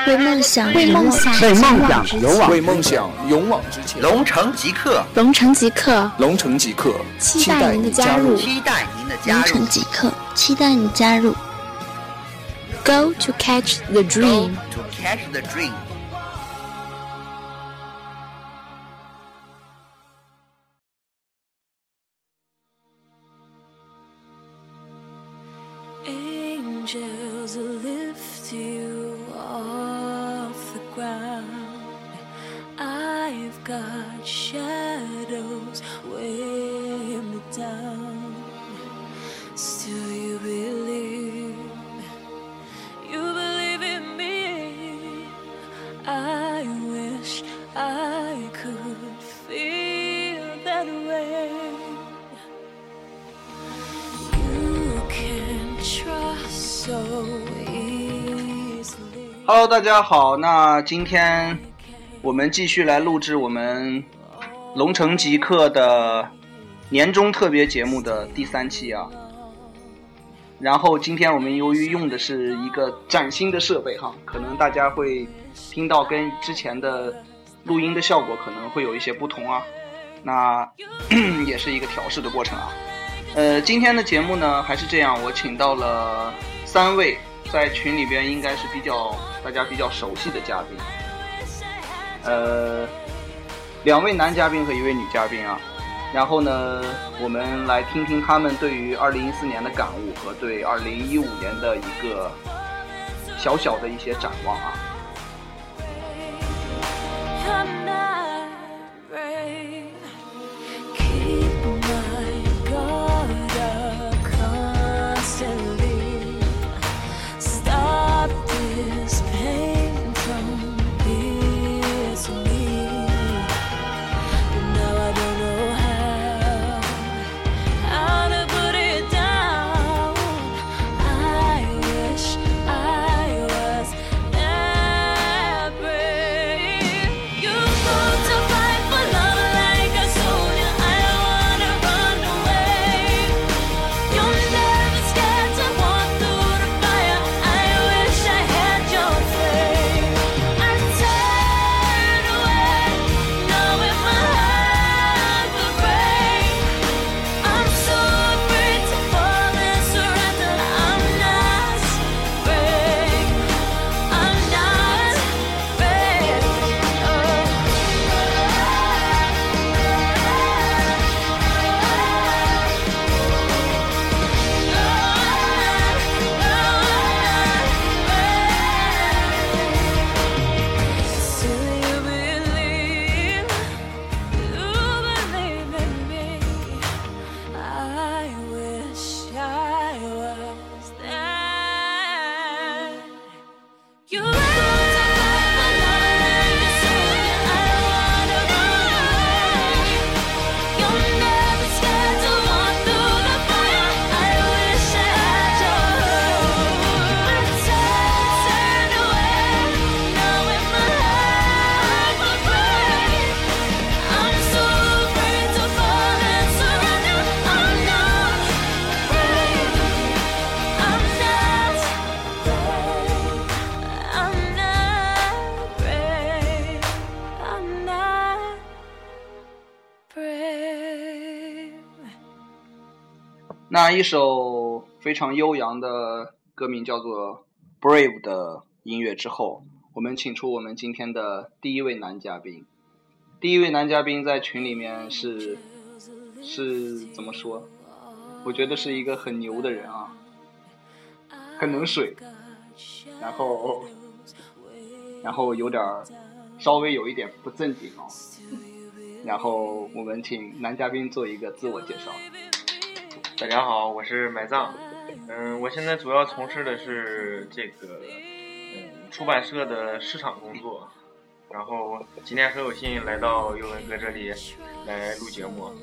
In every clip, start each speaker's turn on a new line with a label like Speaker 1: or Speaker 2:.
Speaker 1: 为梦想勇往直前。
Speaker 2: 龙城极客，
Speaker 1: 期待您的加入。龙城极客，期待你加入。Go to catch the dream.
Speaker 3: Angels lift you off the ground. I've got shadows weighing me down. Still you believe in me. I wish I could feel that way. You can trust so easily.
Speaker 4: Hello， 大家好，那今天我们继续来录制我们龙城极客的年终特别节目的第3期啊。然后今天我们由于用的是一个崭新的设备哈，可能大家会听到跟之前的录音的效果可能会有一些不同啊，那也是一个调试的过程啊。今天的节目呢还是这样，我请到了3位在群里边应该是大家比较熟悉的嘉宾，2位男嘉宾和1位女嘉宾啊。然后呢，我们来听听他们对于2014年的感悟和对2015年的一个小小的一些展望啊。那一首非常悠扬的歌名叫做 Brave 的音乐之后，我们请出我们今天的第一位男嘉宾。第一位男嘉宾在群里面是怎么说，我觉得是一个很牛的人啊，很能水，然后稍微有一点不正经哦。然后我们请男嘉宾做一个自我介绍。
Speaker 5: 大家好，我是买藏。我现在主要从事的是这个出版社的市场工作，然后今天很有幸来到佑文哥这里来录节目。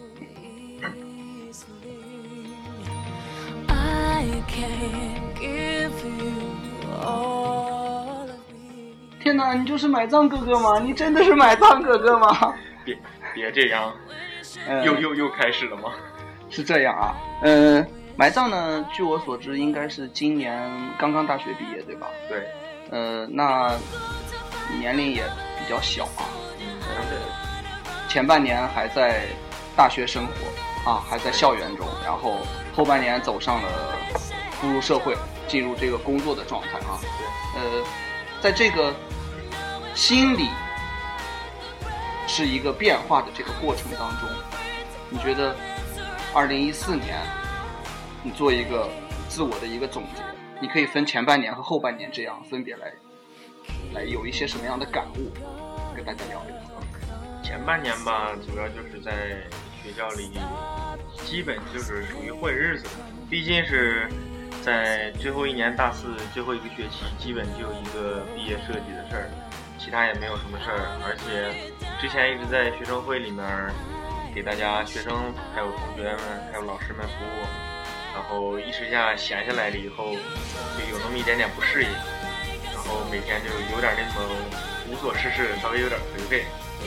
Speaker 4: 天哪，你就是买藏哥哥吗？你真的是买藏哥哥吗？
Speaker 5: 别这样，又开始了吗？
Speaker 4: 是这样啊，埋葬呢，据我所知应该是今年刚刚大学毕业，对吧？
Speaker 5: 对。
Speaker 4: 那年龄也比较小啊，前半年还在大学生活啊，还在校园中，然后后半年走上了步入社会，进入这个工作的状态啊。在这个心理是一个变化的这个过程当中，你觉得2014年你做一个自我的一个总结，你可以分前半年和后半年这样分别来有一些什么样的感悟跟大家聊一聊。
Speaker 5: 前半年吧，主要就是在学校里基本就是属于混日子，毕竟是在最后一年大四最后一个学期，基本就一个毕业设计的事儿，其他也没有什么事儿。而且之前一直在学生会里面给大家学生还有同学们还有老师们服务，然后一时下闲下来了以后就有那么一点点不适应，然后每天就有点那种无所事事，稍微有点颓废。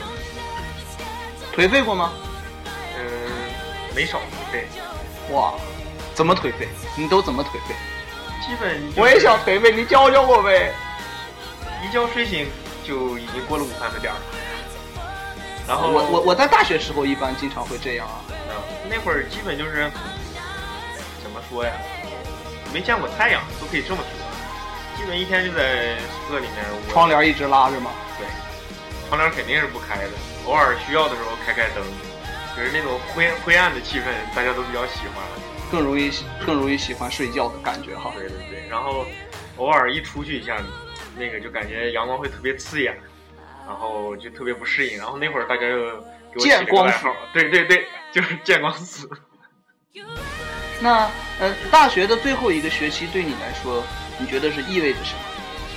Speaker 4: 颓废过吗？
Speaker 5: 没少颓废。
Speaker 4: 哇，怎么颓废？你都怎么颓废？
Speaker 5: 基本、就是、
Speaker 4: 我也想颓废，你教教我呗。
Speaker 5: 一觉睡醒就已经过了午饭的点儿。然后
Speaker 4: 我在大学时候一般经常会这样啊。
Speaker 5: 那会儿基本就是怎么说呀？没见过太阳都可以这么说。基本一天就在宿舍里面，
Speaker 4: 窗帘一直拉着吗？
Speaker 5: 对，窗帘肯定是不开的，偶尔需要的时候开灯，就是那种灰暗的气氛，大家都比较喜欢，
Speaker 4: 更容易喜欢睡觉的感觉哈。
Speaker 5: 对对对，然后偶尔一出去一下，那个就感觉阳光会特别刺眼，然后就特别不适应。然后那会儿大家又给我起了个外号，对对对，就是见光死。
Speaker 4: 那大学的最后一个学期对你来说，你觉得是意味着什么？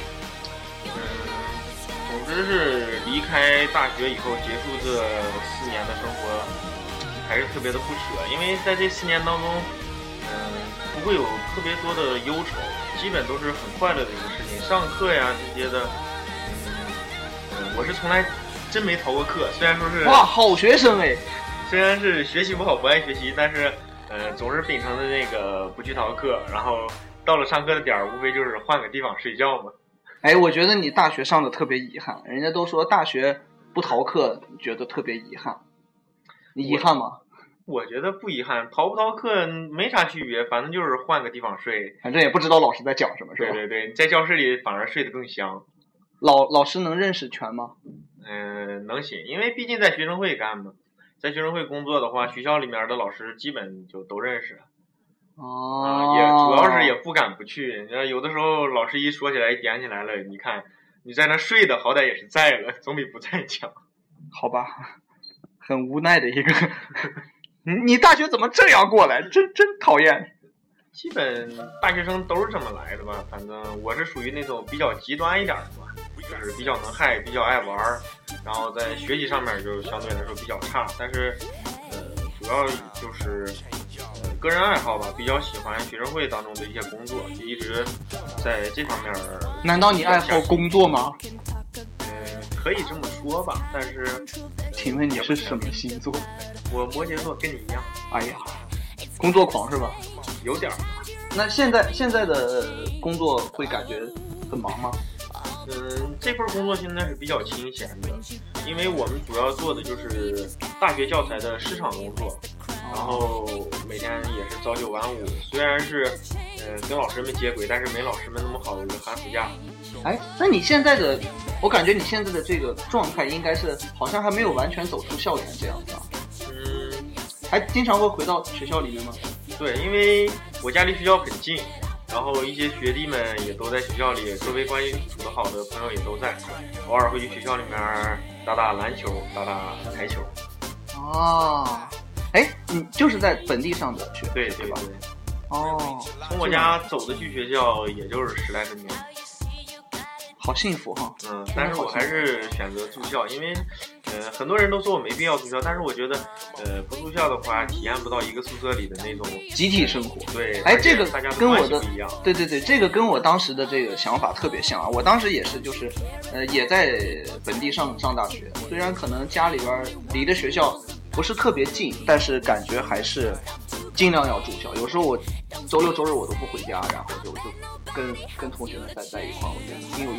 Speaker 5: 总之是离开大学以后结束这4年的生活，还是特别的不舍。因为在这4年当中，不会有特别多的忧愁，基本都是很快乐的一个事情。上课呀这些的，我是从来真没逃过课。虽然说是
Speaker 4: 哇，好学生哎，
Speaker 5: 虽然是学习不好不爱学习，但是总是秉承着那个不去逃课，然后到了上课的点儿，无非就是换个地方睡觉嘛。
Speaker 4: 哎，我觉得你大学上的特别遗憾，人家都说大学不逃课，觉得特别遗憾。你遗憾吗？
Speaker 5: 我觉得不遗憾，逃不逃课没啥区别，反正就是换个地方睡，
Speaker 4: 反正也不知道老师在讲什么，是吧？
Speaker 5: 对对对，在教室里反而睡得更香。
Speaker 4: 老师能认识全吗？
Speaker 5: 能行，因为毕竟在学生会干嘛，在学生会工作的话，学校里面的老师基本就都认识。也主要是也不敢不去，你看有的时候老师一说起来点起来了，你看你在那睡的好歹也是在了，总比不在强。
Speaker 4: 好吧，很无奈的一个你大学怎么这样过来，真讨厌。
Speaker 5: 基本大学生都是这么来的吧，反正我是属于那种比较极端一点的吧，就是比较能嗨，比较爱玩，然后在学习上面就相对来说比较差，但是主要就是个人爱好吧，比较喜欢学生会当中的一些工作，就一直在这方面。
Speaker 4: 难道你爱好工作吗？
Speaker 5: 可以这么说吧，但是
Speaker 4: 请问你是什么星座？
Speaker 5: 我摩羯座，跟你一样。
Speaker 4: 哎呀，工作狂是吧？
Speaker 5: 有点儿。
Speaker 4: 那现在的工作会感觉很忙吗？
Speaker 5: 这份工作现在是比较清闲的，因为我们主要做的就是大学教材的市场工作，然后每天也是早9晚5，虽然是跟老师们接轨，但是没老师们那么好的一个寒暑假。
Speaker 4: 哎，那你现在的，我感觉你现在的这个状态应该是好像还没有完全走出校园这样子啊。还经常会回到学校里面吗？
Speaker 5: 对，因为我家离学校很近，然后一些学弟们也都在学校里，周围关系处得好的朋友也都在，偶尔会去学校里面打打篮球，打打台球。
Speaker 4: 啊，哎，你就是在本地上的学，
Speaker 5: 对对吧？对。
Speaker 4: 哦，
Speaker 5: 从我家走的去学校也就是10来分钟。
Speaker 4: 好幸福哈。
Speaker 5: 但是我还是选择住校，因为很多人都说我没必要住校，但是我觉得不住校的话，体验不到一个宿舍里的那种
Speaker 4: 集体生活。
Speaker 5: 对，
Speaker 4: 哎，这个跟我的
Speaker 5: 不一样。
Speaker 4: 对对对，这个跟我当时的这个想法特别像啊。我当时也是，就是也在本地上大学，虽然可能家里边离的学校不是特别近，但是感觉还是尽量要住校。有时候我周六周日我都不回家，然后就跟同学们在一块，我觉得挺有意思。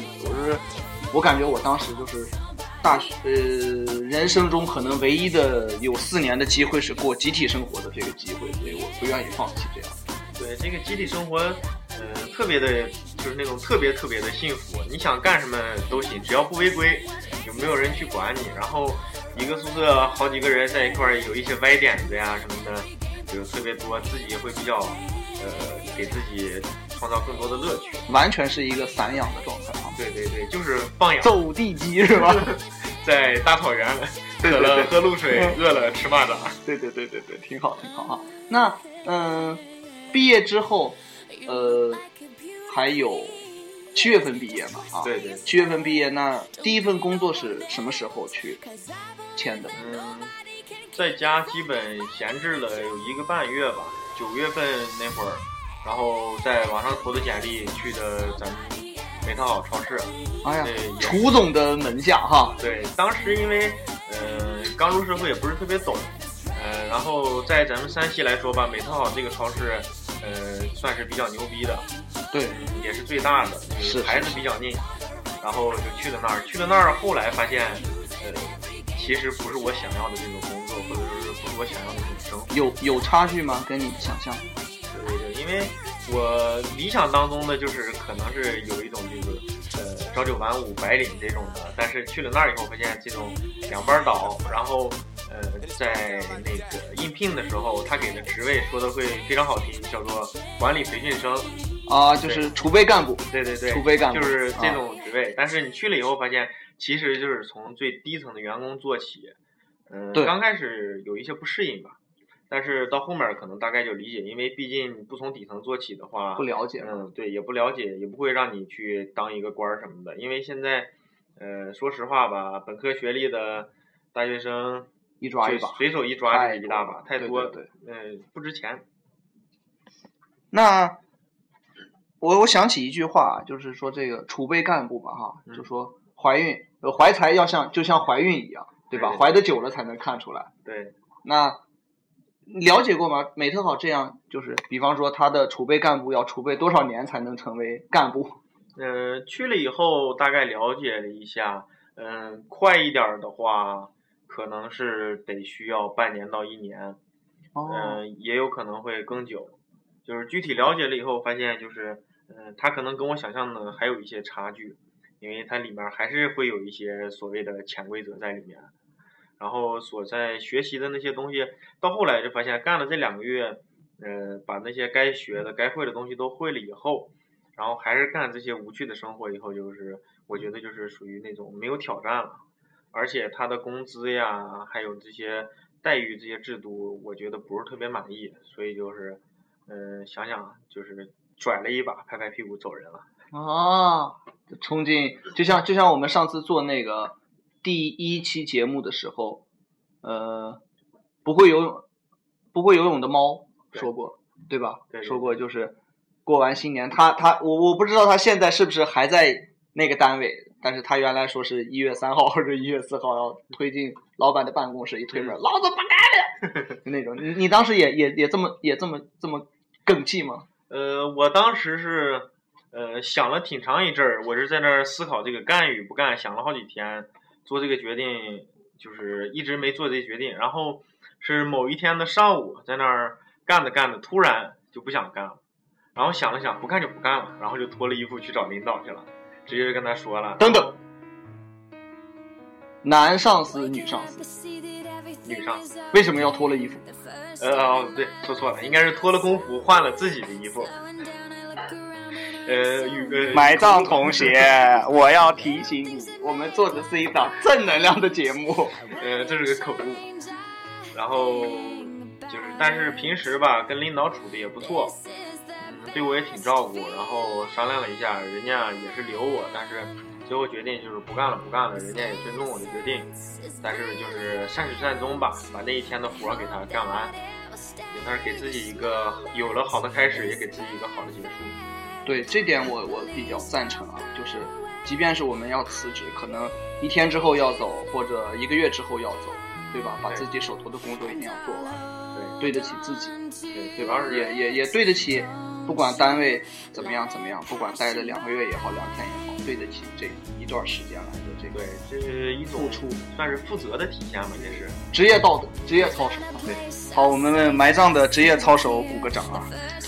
Speaker 4: 时我感觉我当时就是大学人生中可能唯一的有4年的机会是过集体生活的这个机会，所以我不愿意放弃这样。
Speaker 5: 对，这个集体生活特别的就是那种特别的幸福，你想干什么都行，只要不违规，有没有人去管你，然后一个宿舍好几个人在一块儿，有一些歪点子呀什么的就特别多，自己也会比较给自己创造更多的乐趣，
Speaker 4: 完全是一个散养的状态啊。
Speaker 5: 对对对，就是放养，
Speaker 4: 走地鸡是吧？
Speaker 5: 在大草原渴了喝露水，饿了吃蚂蚱。
Speaker 4: 对，挺好啊。那毕业之后还有7月份毕业嘛？啊，
Speaker 5: 对，7
Speaker 4: 月份毕业。那第一份工作是什么时候去签的？
Speaker 5: 在家基本闲置了有1个半月吧，9月份那会儿，然后在网上投的简历去的咱们美特好超市。
Speaker 4: 哎呀，楚总的门下哈。
Speaker 5: 对，当时因为刚入社会也不是特别懂，然后在咱们山西来说吧，美特好这个超市算是比较牛逼的，
Speaker 4: 对，
Speaker 5: 也是最大的，就是牌子比较硬，然后就去了那儿，后来发现其实不是我想要的这种工作，或者说是不是我想要的这种生活。
Speaker 4: 有差距吗？跟你想象？
Speaker 5: 对，因为我理想当中的就是可能是有一种就是朝9晚5白领这种的，但是去了那儿以后发现这种2班倒，然后在那个应聘的时候他给的职位说的会非常好听，叫做管理培训生
Speaker 4: 啊，就是储备干部。对，储备干部
Speaker 5: 就是这种职位，但是你去了以后发现其实就是从最低层的员工做起。刚开始有一些不适应吧，但是到后面可能大概就理解，因为毕竟不从底层做起的话，
Speaker 4: 不了解，
Speaker 5: 对，也不了解，也不会让你去当一个官什么的。因为现在，说实话吧，本科学历的大学生
Speaker 4: 一抓一把，
Speaker 5: 随手一抓就是一大把，太多，
Speaker 4: 对，
Speaker 5: 不值钱。
Speaker 4: 那我想起一句话，就是说这个储备干部吧，哈，就说怀才就像怀孕一样。对吧？怀得久了才能看出来。
Speaker 5: 对，
Speaker 4: 那了解过吗？美特好这样，就是比方说他的储备干部要储备多少年才能成为干部？
Speaker 5: 去了以后大概了解了一下，快一点的话，可能是得需要半年到1年，也有可能会更久。就是具体了解了以后，发现就是，他可能跟我想象的还有一些差距，因为它里面还是会有一些所谓的潜规则在里面。然后所在学习的那些东西，到后来就发现干了这2个月，把那些该学的、该会的东西都会了以后，然后还是干这些无趣的生活以后，就是我觉得就是属于那种没有挑战了，而且他的工资呀，还有这些待遇、这些制度，我觉得不是特别满意，所以就是想想就是拽了一把，拍拍屁股走人了。
Speaker 4: 冲进就像我们上次做那个第1期节目的时候，不会游泳的猫说过，对吧？
Speaker 5: 对，
Speaker 4: 说过就是过完新年，我不知道他现在是不是还在那个单位，但是他原来说是1月3号或者1月4号要推进老板的办公室，一推门，老子不干了，就那种。你当时也这么梗气吗？
Speaker 5: 我当时是想了挺长一阵儿，我是在那儿思考这个干与不干，想了好几天，做这个决定就是一直没做这个决定。然后是某一天的上午，在那儿干着，突然就不想干了，然后想了想，不干就不干了，然后就脱了衣服去找领导去了，直接就跟他说了。
Speaker 4: 等等，男上司女上司？
Speaker 5: 女上司。
Speaker 4: 为什么要脱了衣服？
Speaker 5: 对，说错了，应该是脱了工服换了自己的衣服。
Speaker 4: 埋葬同学，我要提醒你，我们做的是一档正能量的节目。
Speaker 5: 这是个口误。然后就是，但是平时吧，跟领导处的也不错，对我也挺照顾。然后商量了一下，人家也是留我，但是最后决定就是不干了，人家也尊重我的决定。但是就是善始善终吧，把那一天的活给他干完，也算是给自己一个有了好的开始，也给自己一个好的结束。
Speaker 4: 对，这点我比较赞成啊，就是即便是我们要辞职，可能1天之后要走，或者1个月之后要走，对吧？把自己手头的工作一定要做完，对得起自己，对吧？也对得起，不管单位怎么样，不管待了2个月也好，2天也好， 对得起这一段时间来的这个？
Speaker 5: 对，这是一种算是负责的体现吧，这是
Speaker 4: 职业道德、职业操守。
Speaker 5: 对，
Speaker 4: 好，我们为埋葬的职业操守鼓个掌啊！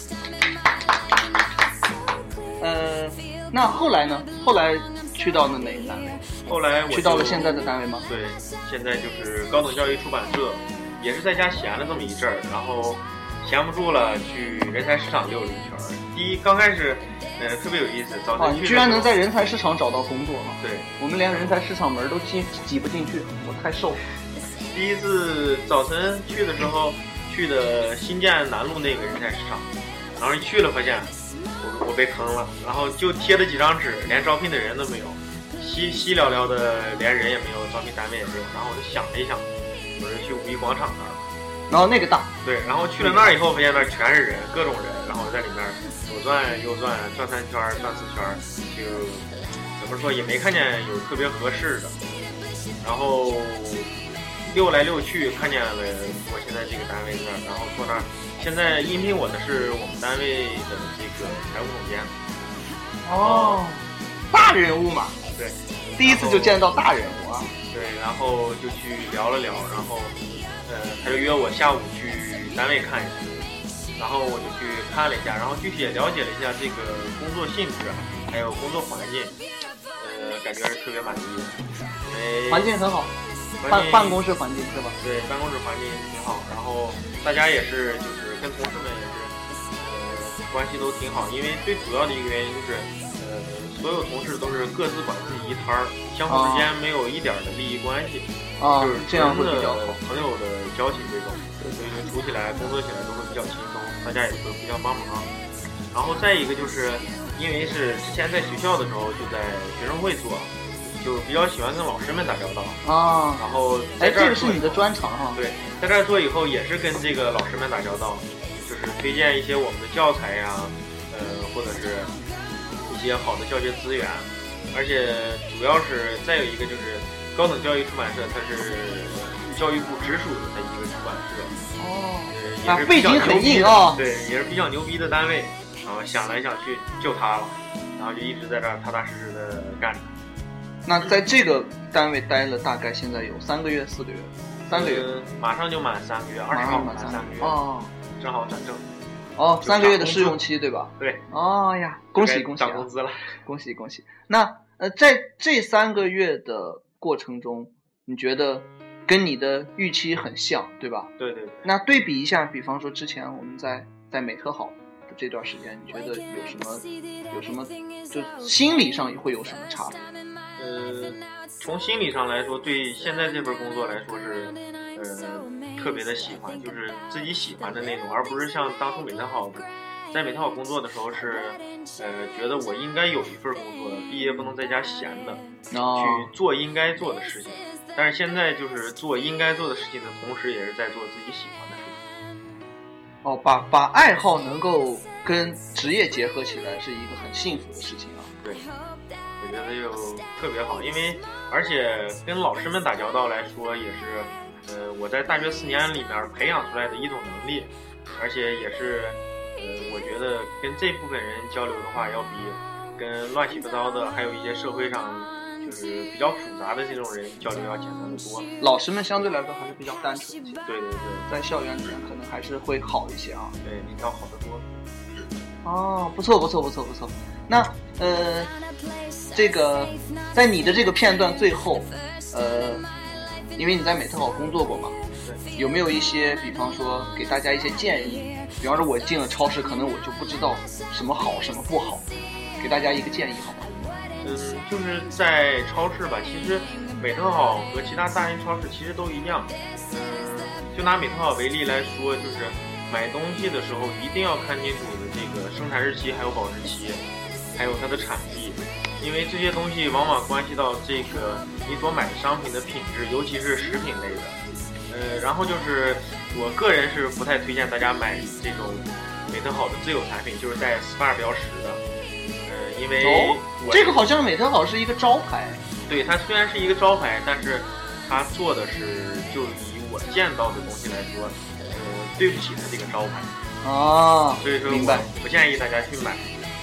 Speaker 4: 那后来呢？后来去到了哪个单位？
Speaker 5: 后来我
Speaker 4: 去到了现在的单位吗？
Speaker 5: 对，现在就是高等教育出版社，也是在家闲了这么一阵儿，然后闲不住了，去人才市场溜了一圈。刚开始，特别有意思。早晨去，
Speaker 4: 你居然能在人才市场找到工作啊！
Speaker 5: 对，
Speaker 4: 我们连人才市场门都挤不进去，我太瘦了。
Speaker 5: 第一次早晨去的时候，去的新建南路那个人才市场，然后一去了发现我被坑了，然后就贴了几张纸，连招聘的人都没有，稀寥寥的，连人也没有，招聘单位也没有。然后我就想了一想，我就去五一广场那儿，
Speaker 4: 然后那个大，
Speaker 5: 对，然后去了那儿以后，发现那儿全是人，各种人，然后在里面左转右转，转3圈转4圈，就怎么说也没看见有特别合适的，然后溜来溜去，看见了我现在这个单位那儿，然后坐那儿。现在应聘我的是我们单位的这个财务总监。
Speaker 4: 哦，大人物嘛。
Speaker 5: 对，
Speaker 4: 第一次就见到大人物啊。
Speaker 5: 对，然后就去聊了聊，然后他就约我下午去单位看一下，然后我就去看了一下，然后具体也了解了一下这个工作性质，还有工作环境，感觉是特别满意的。
Speaker 4: 环境很好。办公室环境是吧？
Speaker 5: 对，办公室环境挺好，然后大家也是就是跟同事们也是关系都挺好，因为最主要的一个原因就是所有同事都是各自管自己一摊儿，相互之间没有一点的利益关系，就是
Speaker 4: 这样会比较好，
Speaker 5: 朋友的交情这种，所以处起来工作起来都会比较轻松，大家也会互相帮忙。然后再一个就是因为是之前在学校的时候就在学生会做。就比较喜欢跟老师们打交道
Speaker 4: 啊，
Speaker 5: 然后在这
Speaker 4: 个是你的专长哈。
Speaker 5: 对，在这儿做以后也是跟这个老师们打交道，就是推荐一些我们的教材呀，或者是一些好的教学资源，而且主要是再有一个就是高等教育出版社，它是教育部直属的一个出版社。
Speaker 4: 哦，
Speaker 5: 也是
Speaker 4: 背景很硬啊。
Speaker 5: 对，也是比较牛逼的单位。然后想来想去就它了，然后就一直在这儿踏踏实实的干着。
Speaker 4: 那在这个单位待了大概现在有3个月、4个月，3个月，
Speaker 5: 马上就满3个月，20号满3个月，
Speaker 4: 哦，
Speaker 5: 正好转正。
Speaker 4: 哦，3个月的试用期对吧？
Speaker 5: 对。
Speaker 4: 哦呀，恭喜恭喜！
Speaker 5: 涨工资了，
Speaker 4: 恭喜恭喜！那在这3个月的过程中，你觉得跟你的预期很像，对吧？
Speaker 5: 对对对。
Speaker 4: 那对比一下，比方说之前我们在美特好的这段时间，你觉得有什么就心理上会有什么差别？
Speaker 5: 从心理上来说，对现在这份工作来说是特别的喜欢，就是自己喜欢的那种，而不是像当初美特好在美特好工作的时候是觉得我应该有一份工作，毕业不能在家闲的，去做应该做的事情。但是现在就是做应该做的事情的同时，也是在做自己喜欢的事情。
Speaker 4: 哦，把爱好能够跟职业结合起来，是一个很幸福的事情啊。
Speaker 5: 对。我觉得就特别好，因为而且跟老师们打交道来说，也是我在大学4年里面培养出来的一种能力，而且也是我觉得跟这部分人交流的话，要比跟乱七八糟的，还有一些社会上就是比较复杂的这种人交流要简单的多。
Speaker 4: 老师们相对来说还是比较单纯一些。
Speaker 5: 对对对，
Speaker 4: 在校园里面可能还是会好一些啊。
Speaker 5: 对，要好得多。
Speaker 4: 哦，不错不错不错不错。那这个在你的这个片段最后，因为你在美特好工作过嘛，有没有一些，比方说给大家一些建议？比方说我进了超市，可能我就不知道什么好什么不好，给大家一个建议好吗？
Speaker 5: 就是在超市吧，其实美特好和其他大型超市其实都一样。就拿美特好为例来说，就是买东西的时候一定要看清楚的这个生产日期，还有保质期，还有它的产地，因为这些东西往往关系到这个你所买的商品的品质，尤其是食品类的。然后就是我个人是不太推荐大家买这种美特好的自有产品，就是带 SPA 标识的。因为
Speaker 4: 这个好像美特好是一个招牌。
Speaker 5: 对，它虽然是一个招牌，但是它做的是就以我见到的东西来说，对不起它这个招牌。
Speaker 4: 哦，
Speaker 5: 所以说
Speaker 4: 明白，
Speaker 5: 不建议大家去买。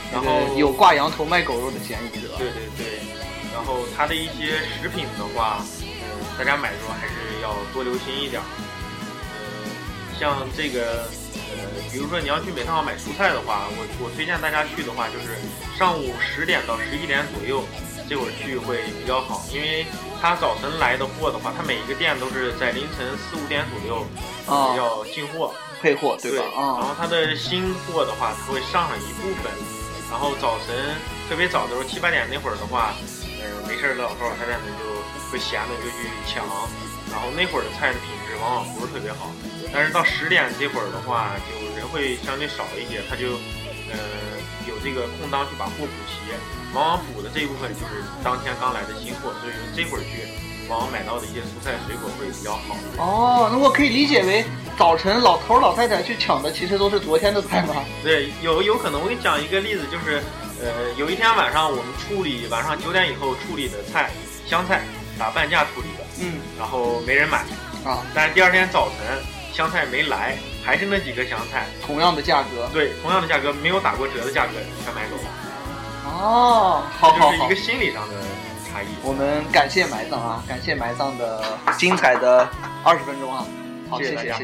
Speaker 5: 然后
Speaker 4: 有挂羊头卖狗肉的嫌疑，是吧？
Speaker 5: 对对对。然后它的一些食品的话，大家买的时候还是要多留心一点。像这个比如说你要去美特号买蔬菜的话，我推荐大家去的话，就是上午10点到11点左右，这会儿去会比较好，因为他早晨来的货的话，他每一个店都是在凌晨4、5点左右要进货
Speaker 4: 配货，对吧？
Speaker 5: 对。然后他的新货的话，他会上一部分，然后早晨特别早的时候7、8点那会儿的话，没事的老头老太太们就会闲的就去抢，然后那会儿的菜的品质往往不是特别好。但是到10点这会儿的话，就人会相对少一些，他就有这个空当去把货补齐，往往补的这一部分就是当天刚来的新货，所以这会儿去往往买到的一些蔬菜水果会比较好。
Speaker 4: 哦，那我可以理解为早晨老头老太太去抢的其实都是昨天的菜吗？
Speaker 5: 对，有可能。我给你讲一个例子，就是有一天晚上我们晚上9点以后处理的菜，香菜打半价处理的，然后没人买
Speaker 4: 啊，但
Speaker 5: 是第二天早晨香菜没来，还是那几个香菜，
Speaker 4: 同样的价格，
Speaker 5: 对，同样的价格，没有打过折的价格全买走了。
Speaker 4: 哦，好，
Speaker 5: 就是一个心理上的差异。
Speaker 4: 我们感谢埋葬啊，感谢埋葬的精彩的20分钟啊，好，谢谢。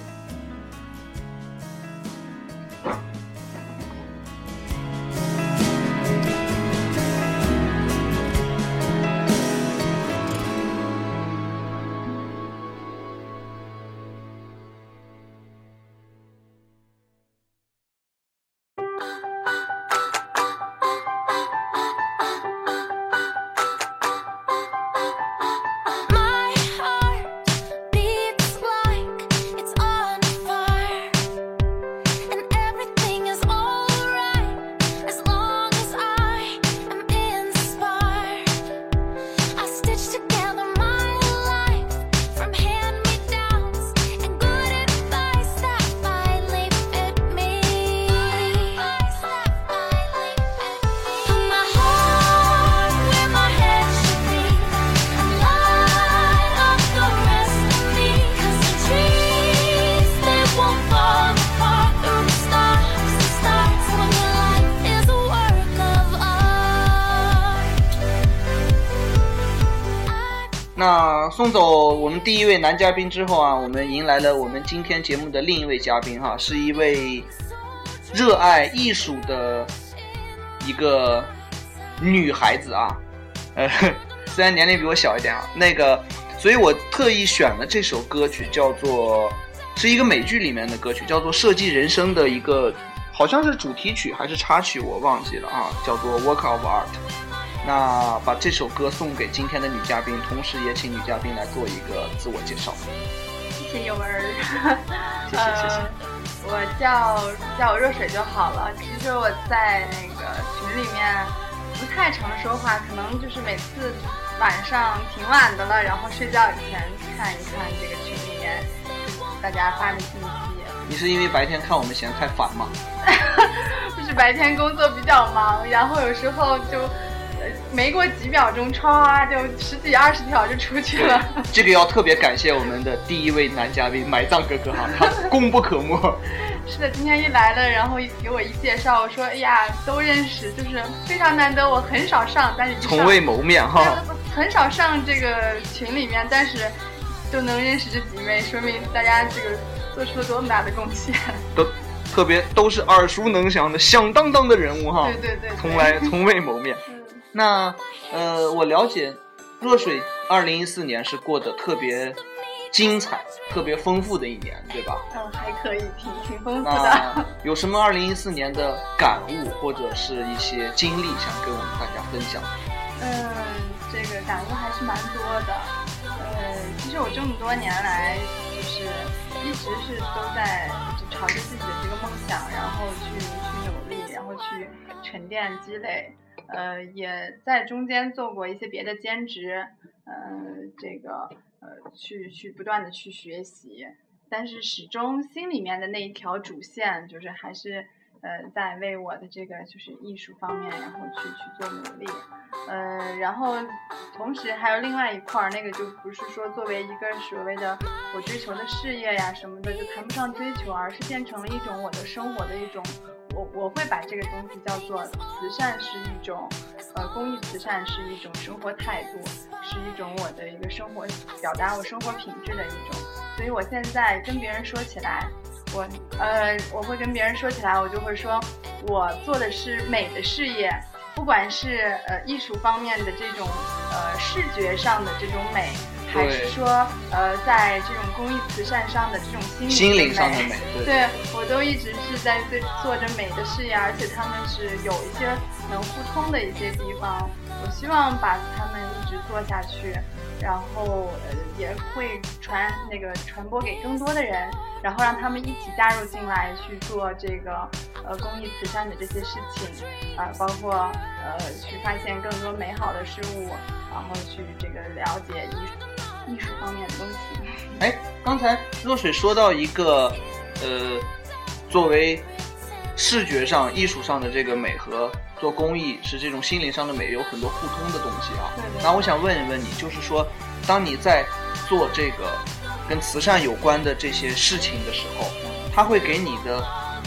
Speaker 4: 那送走我们第一位男嘉宾之后啊，我们迎来了我们今天节目的另一位嘉宾哈，是一位热爱艺术的一个女孩子啊，虽然年龄比我小一点啊，所以我特意选了这首歌曲，是一个美剧里面的歌曲，叫做《设计人生》的一个，好像是主题曲还是插曲，我忘记了啊，叫做《Work of Art》。那把这首歌送给今天的女嘉宾，同时也请女嘉宾来做一个自我介绍。
Speaker 2: 谢谢友儿，
Speaker 4: 谢谢。
Speaker 2: 我叫我热水就好了。其实我在那个群里面不太常说话，可能就是每次晚上挺晚的了，然后睡觉以前看一看这个群里面大家发的信息。
Speaker 4: 你是因为白天看我们嫌太烦吗？
Speaker 2: 不是，白天工作比较忙，然后有时候就没过几秒钟，歘就10几20条就出去了。
Speaker 4: 这个要特别感谢我们的第一位男嘉宾埋葬哥哥哈，他功不可没。
Speaker 2: 是的，今天一来了，然后给我一介绍，我说哎呀都认识，就是非常难得，我很少上，但是
Speaker 4: 从未谋面哈，
Speaker 2: 很少上这个群里面，但是都能认识这几位，说明大家这个做出了多么大的贡献。
Speaker 4: 特别都是耳熟能详的响当当的人物哈，
Speaker 2: 对，
Speaker 4: 从未谋面。那我了解热水2014年是过得特别精彩特别丰富的一年，对吧？
Speaker 2: 还可以，挺丰富的。
Speaker 4: 有什么2014年的感悟或者是一些经历想跟我们大家分享？
Speaker 2: 这个感悟还是蛮多的。其实我这么多年来就是一直是都在朝着自己的这个梦想，然后去努力，然后去沉淀积累。也在中间做过一些别的兼职，去不断的去学习，但是始终心里面的那一条主线就是还是在为我的这个就是艺术方面，然后去做努力，然后同时还有另外一块，那个就不是说作为一个所谓的我追求的事业呀什么的就谈不上追求，而是变成了一种我的生活的一种我会把这个东西叫做慈善是一种公益慈善是一种生活态度，是一种我的一个生活表达我生活品质的一种。所以我现在跟别人说起来，我会跟别人说起来，我就会说我做的是美的事业，不管是艺术方面的这种视觉上的这种美，还是说在这种公益慈善上的这种心灵
Speaker 4: 上的美，
Speaker 2: 对，我都一直是在做着美的事业，而且他们是有一些能互通的一些地方，我希望把他们一直做下去，然后也会传播给更多的人，然后让他们一起加入进来去做这个公益慈善的这些事情包括去发现更多美好的事物，然后去这个了解艺术方面的东西。
Speaker 4: 刚才若水说到一个作为视觉上艺术上的这个美和做公益是这种心灵上的美有很多互通的东西啊。那我想问一问你，就是说当你在做这个跟慈善有关的这些事情的时候，它会给你的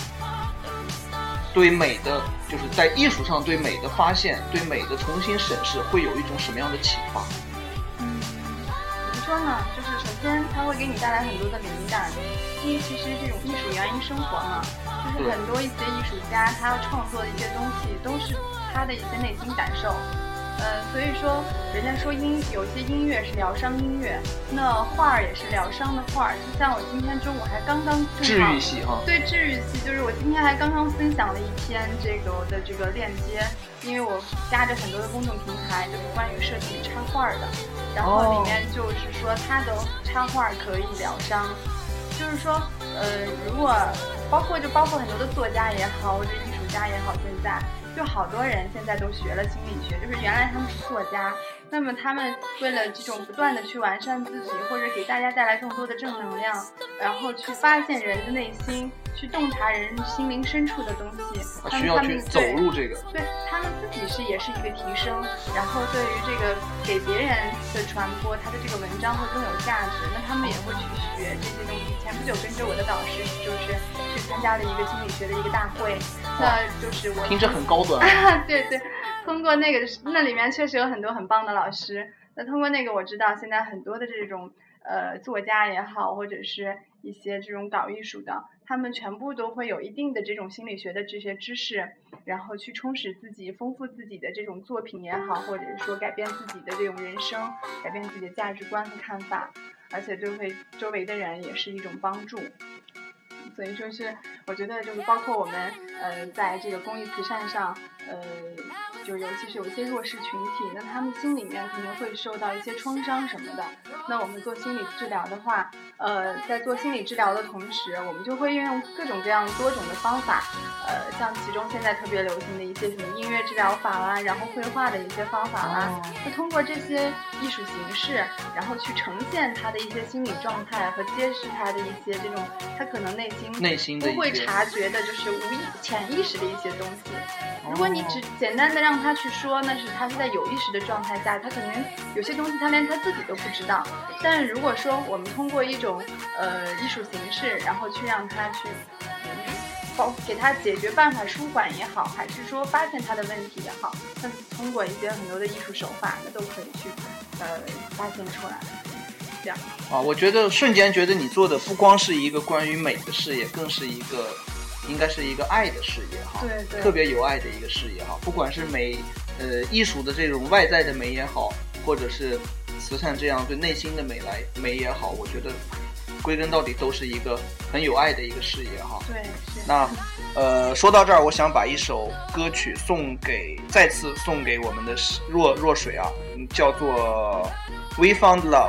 Speaker 4: 对美的，就是在艺术上对美的发现，对美的重新审视，会有一种什么样的启发？
Speaker 2: 怎么说呢，就是首先它会给你带来很多的灵感，因为其实这种艺术源于生活嘛，就是很多一些艺术家他要创作的一些东西都是他的一些内心感受。所以说人家说有些音乐是疗伤音乐，那画儿也是疗伤的画儿。就像我今天中午还刚刚
Speaker 4: 治愈系哈，
Speaker 2: 对，治愈系，就是我今天还刚刚分享了一篇我的这个链接，因为我加着很多的公众平台，就是关于设计插画的，然后里面就是说他的插画可以疗伤，就是说如果包括很多的作家也好，或者艺术家也好，现在就好多人现在都学了心理学，就是原来他们是作家，那么他们为了这种不断的去完善自己，或者给大家带来更多的正能量，然后去发现人的内心，去洞察人心灵深处的东西，
Speaker 4: 需要去走入这个，
Speaker 2: 对他们自己也是一个提升，然后对于这个给别人的传播，他的这个文章会更有价值，那他们也会去学这些东西。前不久跟着我的导师就是去参加了一个心理学的一个大会，那就是我
Speaker 4: 听着很高端
Speaker 2: 对，通过那里面确实有很多很棒的老师，那通过那个我知道现在很多的这种作家也好，或者是一些这种搞艺术的，他们全部都会有一定的这种心理学的这些知识，然后去充实自己，丰富自己的这种作品也好，或者是说改变自己的这种人生，改变自己的价值观和看法，而且对周围的人也是一种帮助。所以说是我觉得就是包括我们在这个公益慈善上就尤其是有一些弱势群体，那他们心里面可能会受到一些创伤什么的，那我们做心理治疗的话在做心理治疗的同时，我们就会运用各种各样多种的方法像其中现在特别流行的一些什么音乐治疗法啦，然后绘画的一些方法啦，那通过这些艺术形式，然后去呈现他的一些心理状态和揭示他的一些这种他可能内心不会察觉的，就是潜意识的一些东西。如果你只简单的让他去说，那是他是在有意识的状态下，他可能有些东西他连他自己都不知道。但是如果说我们通过一种艺术形式，然后去让他去给他解决办法舒缓也好，还是说发现他的问题也好，那通过一些很多的艺术手法，那都可以去发现出来。这样
Speaker 4: 我觉得瞬间觉得你做的不光是一个关于美的事业，更是一个应该是一个爱的事业哈，
Speaker 2: 对，
Speaker 4: 特别有爱的一个事业哈。不管是美艺术的这种外在的美也好，或者是慈善这样对内心的美也好，我觉得归根到底都是一个很有爱的一个事业哈。
Speaker 2: 对，是。
Speaker 4: 那说到这儿，我想把一首歌曲再次送给我们的若水啊，叫做 We Found Love。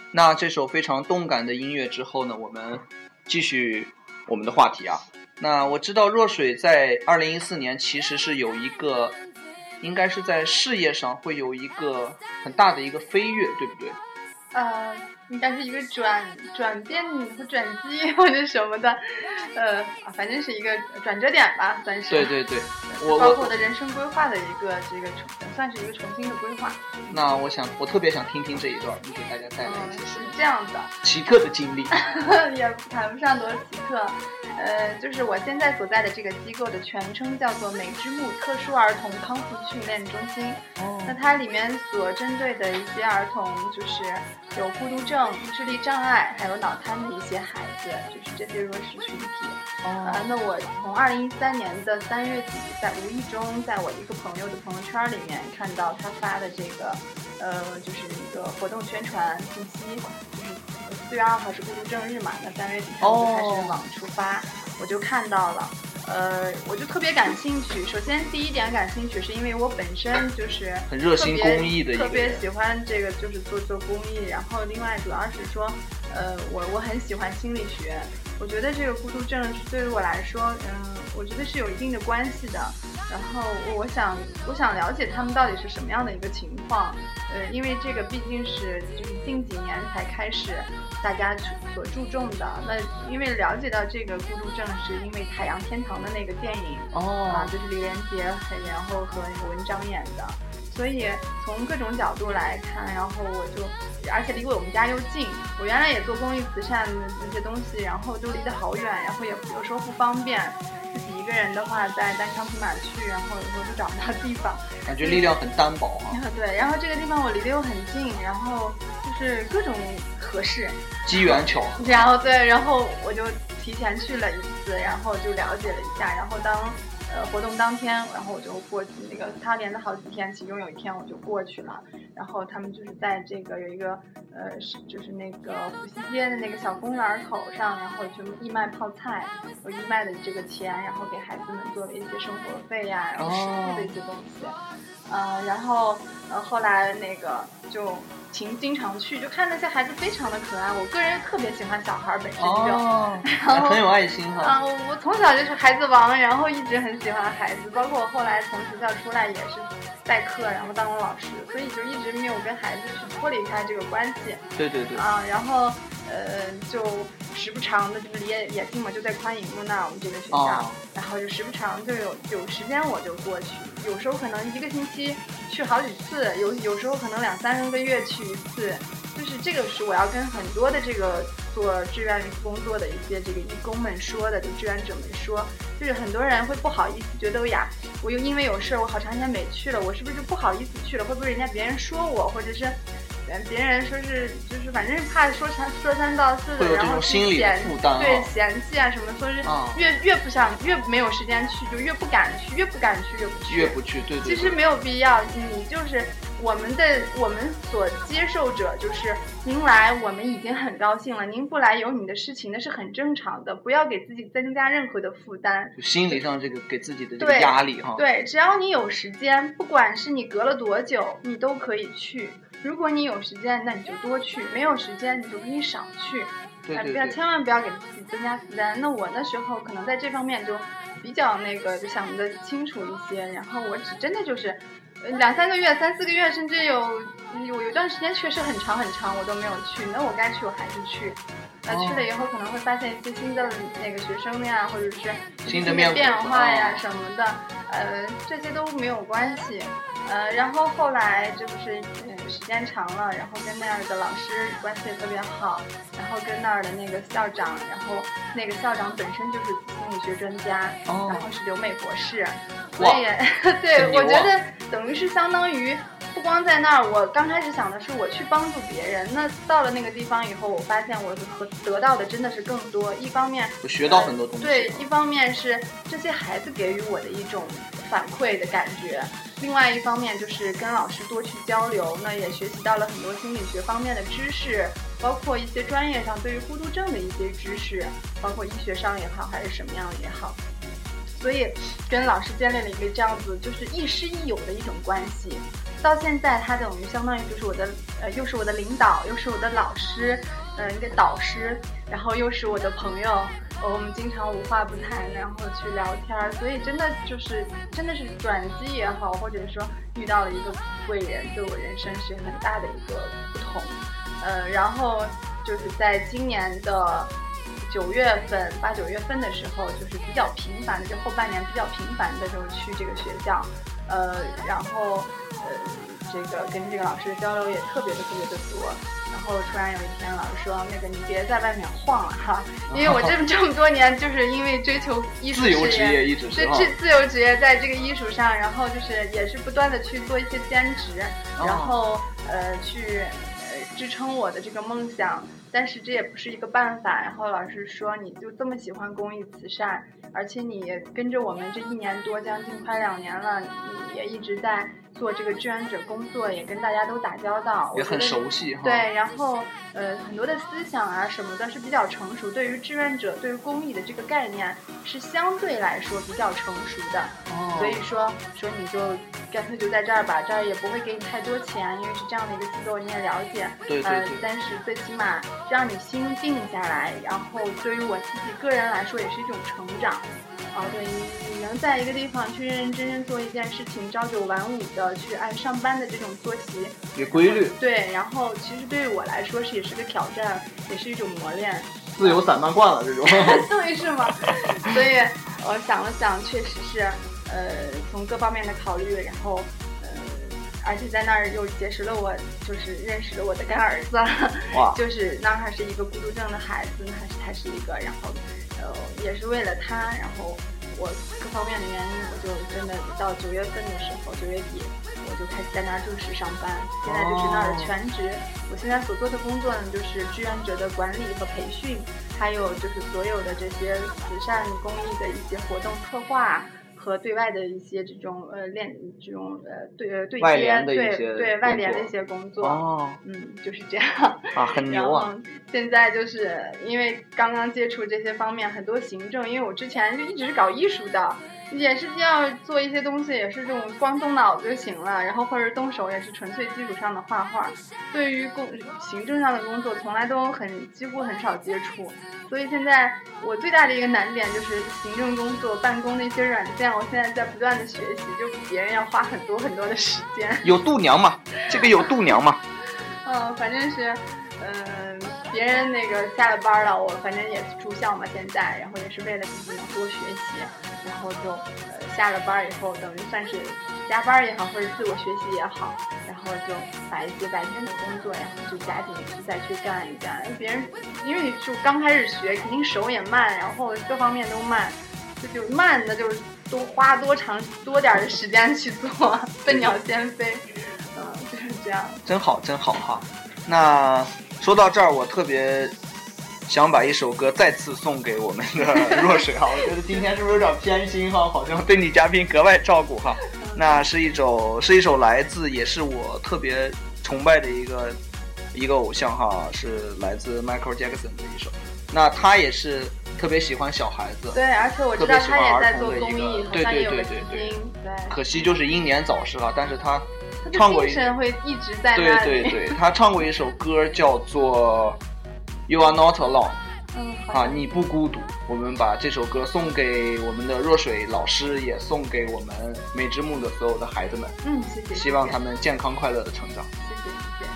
Speaker 4: 那这首非常动感的音乐之后呢，我们继续我们的话题啊。那我知道若水在2014年其实是有一个，应该是在事业上会有一个很大的一个飞跃，对不对？
Speaker 2: 应该是一个转变和转机或者什么的，反正是一个转折点吧，算是。
Speaker 4: 对对对，
Speaker 2: 包括我的人生规划的一个算是一个重新的规划。
Speaker 4: 那我特别想听听这一段，你给大家带来一些
Speaker 2: 是这样的
Speaker 4: 奇特的经历。
Speaker 2: 也谈不上多奇特，就是我现在所在的这个机构的全称叫做美之木特殊儿童康复训练中心。那它里面所针对的一些儿童就是有孤独症、智力障碍还有脑瘫的一些孩子，就是这些弱势群体。那我从2013年的3月底在无意中在我一个朋友的朋友圈里面看到他发的这个就是一个活动宣传信息，就是4月2号是孤独症日嘛，那3月底他们就开始往出发，我就看到了。我就特别感兴趣。首先第一点感兴趣是因为我本身就是
Speaker 4: 很热心公益的一个人，
Speaker 2: 特别喜欢这个就是做公益。然后另外主要是说，我很喜欢心理学。我觉得这个孤独症对于我来说，我觉得是有一定的关系的。然后我想了解他们到底是什么样的一个情况。因为这个毕竟是就是近几年才开始大家所注重的。那因为了解到这个孤独症是因为《海洋天堂》的那个电影就是李连杰然后和那个文章演的，所以从各种角度来看，然后而且离我们家又近，我原来也做公益慈善的那些东西，然后都离得好远，然后也有时候不方便，自己一个人的话在单枪匹马去，然后有时候就找不到地方，
Speaker 4: 感觉力量很单薄啊。
Speaker 2: 对，然后这个地方我离得又很近，然后就是各种合适，
Speaker 4: 机缘巧合。
Speaker 2: 然后对，然后我就提前去了一次，然后就了解了一下，然后活动当天，然后我就过去，那个他连着好几天，其中有一天我就过去了，然后他们就是在这个有一个就是那个伏羲街的那个小公园口上，然后就义卖泡菜，有义卖的这个钱，然后给孩子们做了一些生活费呀，然后食物的一些东西，然后后来那个就经常去，就看那些孩子非常的可爱。我个人特别喜欢小孩本身就，然后
Speaker 4: 很有爱心哈。
Speaker 2: 我从小就是孩子王，然后一直很喜欢孩子，包括我后来从学校出来也是代课，然后当了老师，所以就一直没有跟孩子去脱离开这个关系。
Speaker 4: 对对对。
Speaker 2: 然后就时不常的，就是离也近嘛，就在宽银路那儿，我们这个学校，然后就时不常就有时间我就过去，有时候可能1个星期去好几次，有时候可能2-3个月去一次，就是这个是我要跟很多的这个做志愿工作的一些这个义工们说的，就志愿者们说，就是很多人会不好意思，觉得呀，我又因为有事我好长时间没去了，我是不是不好意思去了？会不会别人说我，或者是别人说是就是反正怕说三道四的，然后
Speaker 4: 心理负担，
Speaker 2: 对嫌弃啊什么，说是越不想越没有时间去，就越不敢去，越不敢去
Speaker 4: 越不去，对。
Speaker 2: 其实没有必要，你就是我们所接受者，就是您来我们已经很高兴了，您不来有你的事情那是很正常的，不要给自己增加任何的负担，
Speaker 4: 心理上这个给自己的这个压力哈。
Speaker 2: 对，只要你有时间，不管是你隔了多久，你都可以去。如果你有时间，那你就多去；没有时间，你就可以少去。
Speaker 4: 对，
Speaker 2: 千万不要给自己增加负担。那我那时候可能在这方面就比较就想得清楚一些，然后我只真的就是2-3个月、3-4个月，甚至有段时间确实很长我都没有去。那我该去我还是去。去了以后可能会发现一些新的那个学生呀，或者是
Speaker 4: 新的
Speaker 2: 变化呀什么的，这些都没有关系。然后后来这不是时间长了，然后跟那儿的老师关系也特别好，然后跟那儿的那个校长，然后那个校长本身就是心理学专家，然后是留美博士，所以对，我觉得等于是相当于不光在那儿，我刚开始想的是我去帮助别人，那到了那个地方以后，我发现我得到的真的是更多。一方面
Speaker 4: 我学到很多东西，
Speaker 2: 对，一方面是这些孩子给予我的一种反馈的感觉，另外一方面就是跟老师多去交流，那也学习到了很多心理学方面的知识，包括一些专业上对于孤独症的一些知识，包括医学上也好还是什么样也好，所以跟老师建立了一个这样子就是亦师亦友的一种关系。 到现在他等于相当于就是我的又是我的领导，又是我的老师，一个导师，然后又是我的朋友，我们经常无话不谈，然后去聊天，所以真的是转机也好，或者说遇到了一个贵人，对我人生是很大的一个不同。然后就是在今年的9月份、8、9月份的时候，就是比较频繁的，就后半年比较频繁的就去这个学校，然后这个跟这个老师的交流也特别的多。然后突然有一天，老师说：“那个你别在外面晃了哈，因为我这么多年就是因为追求艺术事业，
Speaker 4: 自由职业一直是
Speaker 2: 自由职业，在这个艺术上，然后就是也是不断的去做一些兼职，然后去支撑我的这个梦想。”但是这也不是一个办法，然后老师说你就这么喜欢公益慈善，而且你也跟着我们这1年多，将近快2年了，你也一直在做这个志愿者工作，也跟大家都打交道，
Speaker 4: 也很熟悉哈。
Speaker 2: 对，然后很多的思想啊什么的是比较成熟，对于志愿者、对于公益的这个概念是相对来说比较成熟的。所以说你就干脆就在这儿吧，这儿也不会给你太多钱，因为是这样的一个机构，你也了解。
Speaker 4: 对。
Speaker 2: 但是最起码让你心定下来，然后对于我自己个人来说也是一种成长。对，你能在一个地方去认认真真做一件事情，朝9晚5的去按上班的这种作息，
Speaker 4: 有规律。
Speaker 2: 对，然后其实对于我来说也是个挑战，也是一种磨练。
Speaker 4: 自由散漫惯了这种。
Speaker 2: 对，是吗？所以我想了想，确实是从各方面的考虑，然后而且在那儿又结识了我，就是认识了我的干儿子。哇！就是那还是一个孤独症的孩子，他是一个，然后也是为了他，然后我各方面的原因，我就真的到9月份的时候，9月底我就开始在那儿正式上班，现在就是那儿的全职。我现在所做的工作呢，就是志愿者的管理和培训，还有就是所有的这些慈善公益的一些活动策划。和对外的一些这种对
Speaker 4: 外联的一些
Speaker 2: 对外联的一些工作。就是这样
Speaker 4: 很牛啊。
Speaker 2: 然后现在就是因为刚刚接触这些方面，很多行政，因为我之前就一直是搞艺术的，也是要做一些东西，也是这种光动脑子就行了，然后或者动手也是纯粹基础上的画画。对于行政上的工作，从来都几乎很少接触。所以现在我最大的一个难点就是行政工作、办公的一些软件，我现在在不断的学习，就比别人要花很多的时间。
Speaker 4: 有度娘嘛？这个有度娘嘛？
Speaker 2: 反正是，别人那个下了班了，我反正也住校嘛，现在，然后也是为了自己能多学习，然后就下了班以后，等于算是加班也好，或者自我学习也好，然后就把一些白天的工作，然后就加紧再去干一干。别人因为你就刚开始学，肯定手也慢，然后各方面都慢，就慢的就是多花多点的时间去做，笨鸟先飞，就是这样。
Speaker 4: 真好哈。那说到这儿，我特别想把一首歌再次送给我们的若水哈。我觉得今天是不是有点偏心哈？好像对女嘉宾格外照顾哈。那是一首来自，也是我特别崇拜的一个偶像哈，是来自 Michael Jackson 的一首。那他也是特别喜欢小孩子，
Speaker 2: 对，而且我知道他也在做公益，好像也有个基金，对。
Speaker 4: 可惜就是英年早逝哈，但是他唱过
Speaker 2: 精神会一直在那里。
Speaker 4: 对，他唱过一首歌叫做 You Are Not Alone。你不孤独。我们把这首歌送给我们的若水老师，也送给我们美之木的所有的孩子们。
Speaker 2: 谢谢。
Speaker 4: 希望他们健康快乐的成长。
Speaker 2: 谢谢。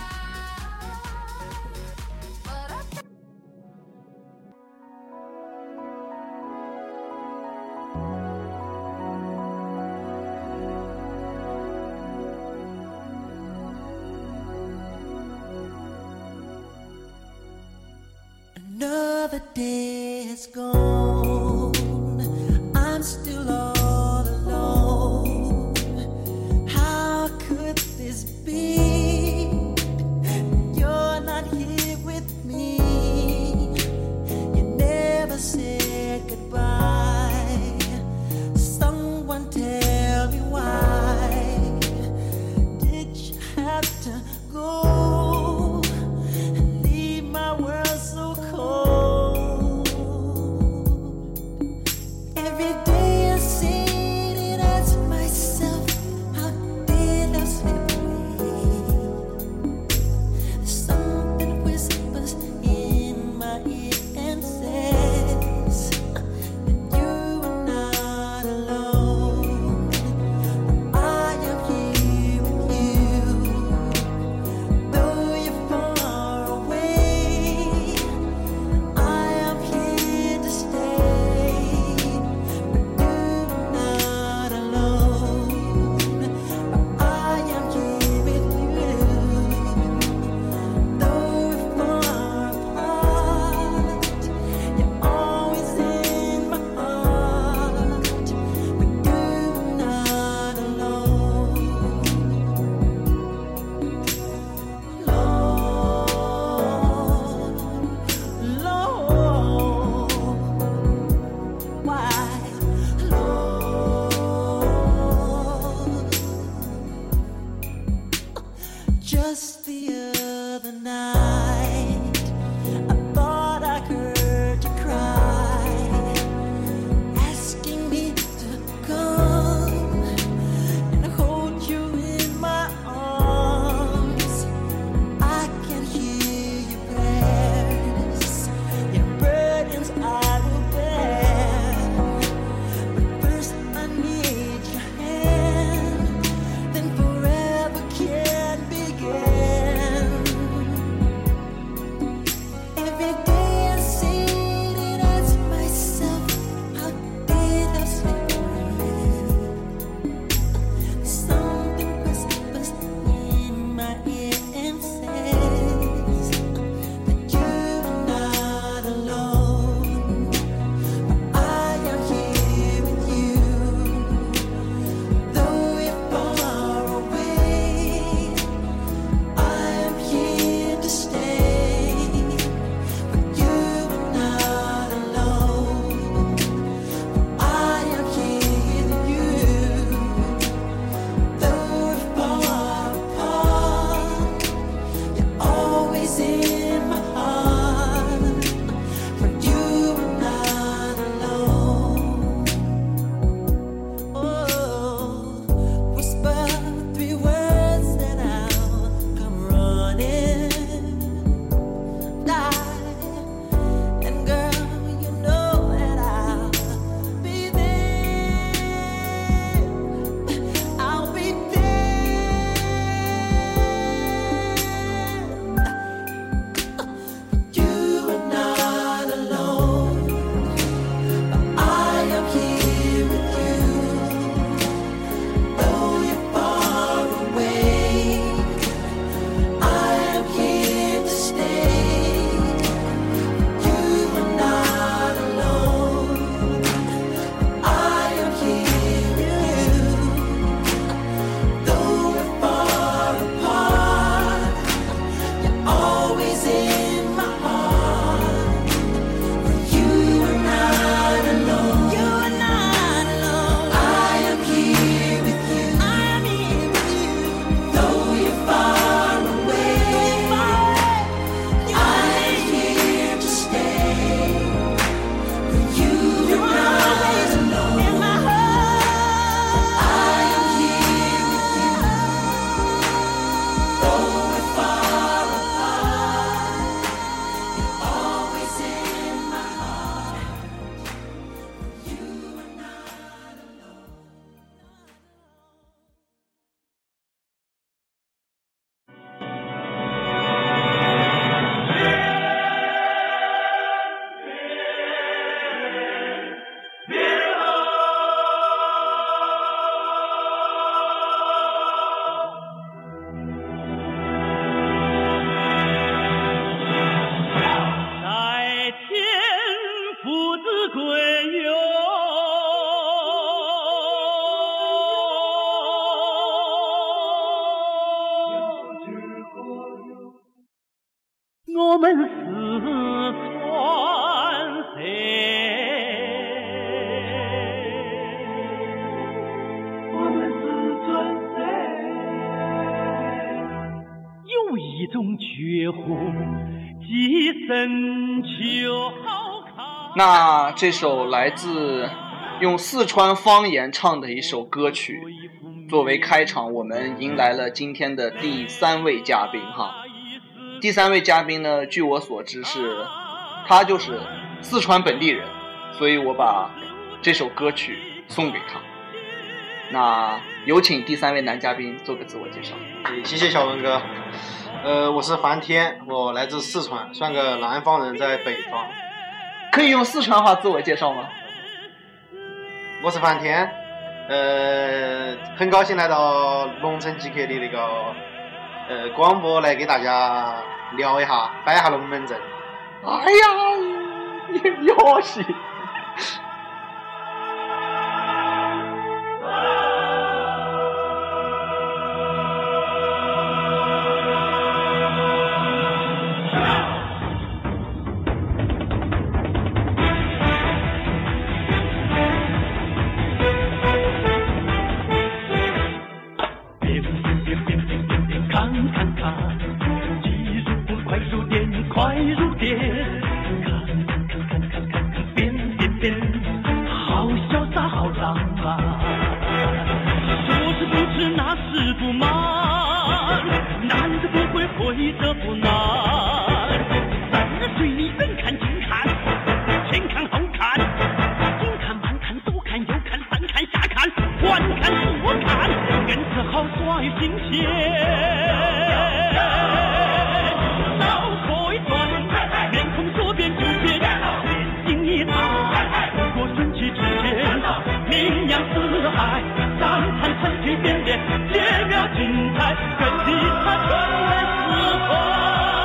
Speaker 3: Another day is gone, I'm still all alone. How could this be? You're not here with me. You never said goodbye. Someone tell me why did you have to go?Leave my world so cold. Just the other night, I thought I heard you cry, asking me to come and hold you in my arms. I can hear your prayers, your burdens I will bear. But first I need your hand, then forever can begin. Every day I sit and ask myself, how did I slip away? Something whispers in my ear and says that you're not alone. I am here with you, though you're far away. I am here to stay, but you're not alone. I am here with you, though we're far apart. You're always in my heart, for you are not alone. Oh, whisper 3 words that I'll come running. And girl, you know that I'll be there. I'll be there. You are not alone. I am here with you, though you're far away. I am here to stay. You are not alone. I am here with you, though we're far apart. You're always in my heart. For you are not alone. You are not alone. I am here with you. I am here with you, though you're far away. I am here to stay. For you are not alone. In my heart, I am here with you, though we're far apart. You're always in my heart. You are not alone.
Speaker 6: 在天父子归哟，我们四川有一种绝活，寄生就好看。
Speaker 4: 那这首来自用四川方言唱的一首歌曲，作为开场，我们迎来了今天的第3位嘉宾哈。第3位嘉宾呢，据我所知他就是四川本地人，所以我把这首歌曲送给他。那有请第3位男嘉宾做个自我介绍。
Speaker 7: 谢谢小文哥。我是樊天，我来自四川，算个南方人在北方。
Speaker 4: 可以用四川话自我介绍吗？
Speaker 7: 我是樊天，很高兴来到龙城极客的那个广播，来给大家聊一下，摆一下龙门阵。
Speaker 4: 哎呀，你好戏。
Speaker 6: 看看看。 不满，男子不会会的不难。30岁你人看近看，前看后看，左看慢看左看右看上看下看，环看左看，人是好耍有新鲜。脑壳一转，面孔说变就变，眼睛一大，不过顺其自然，名扬四海，三餐成随便便，列表精彩，跟着他传来四川。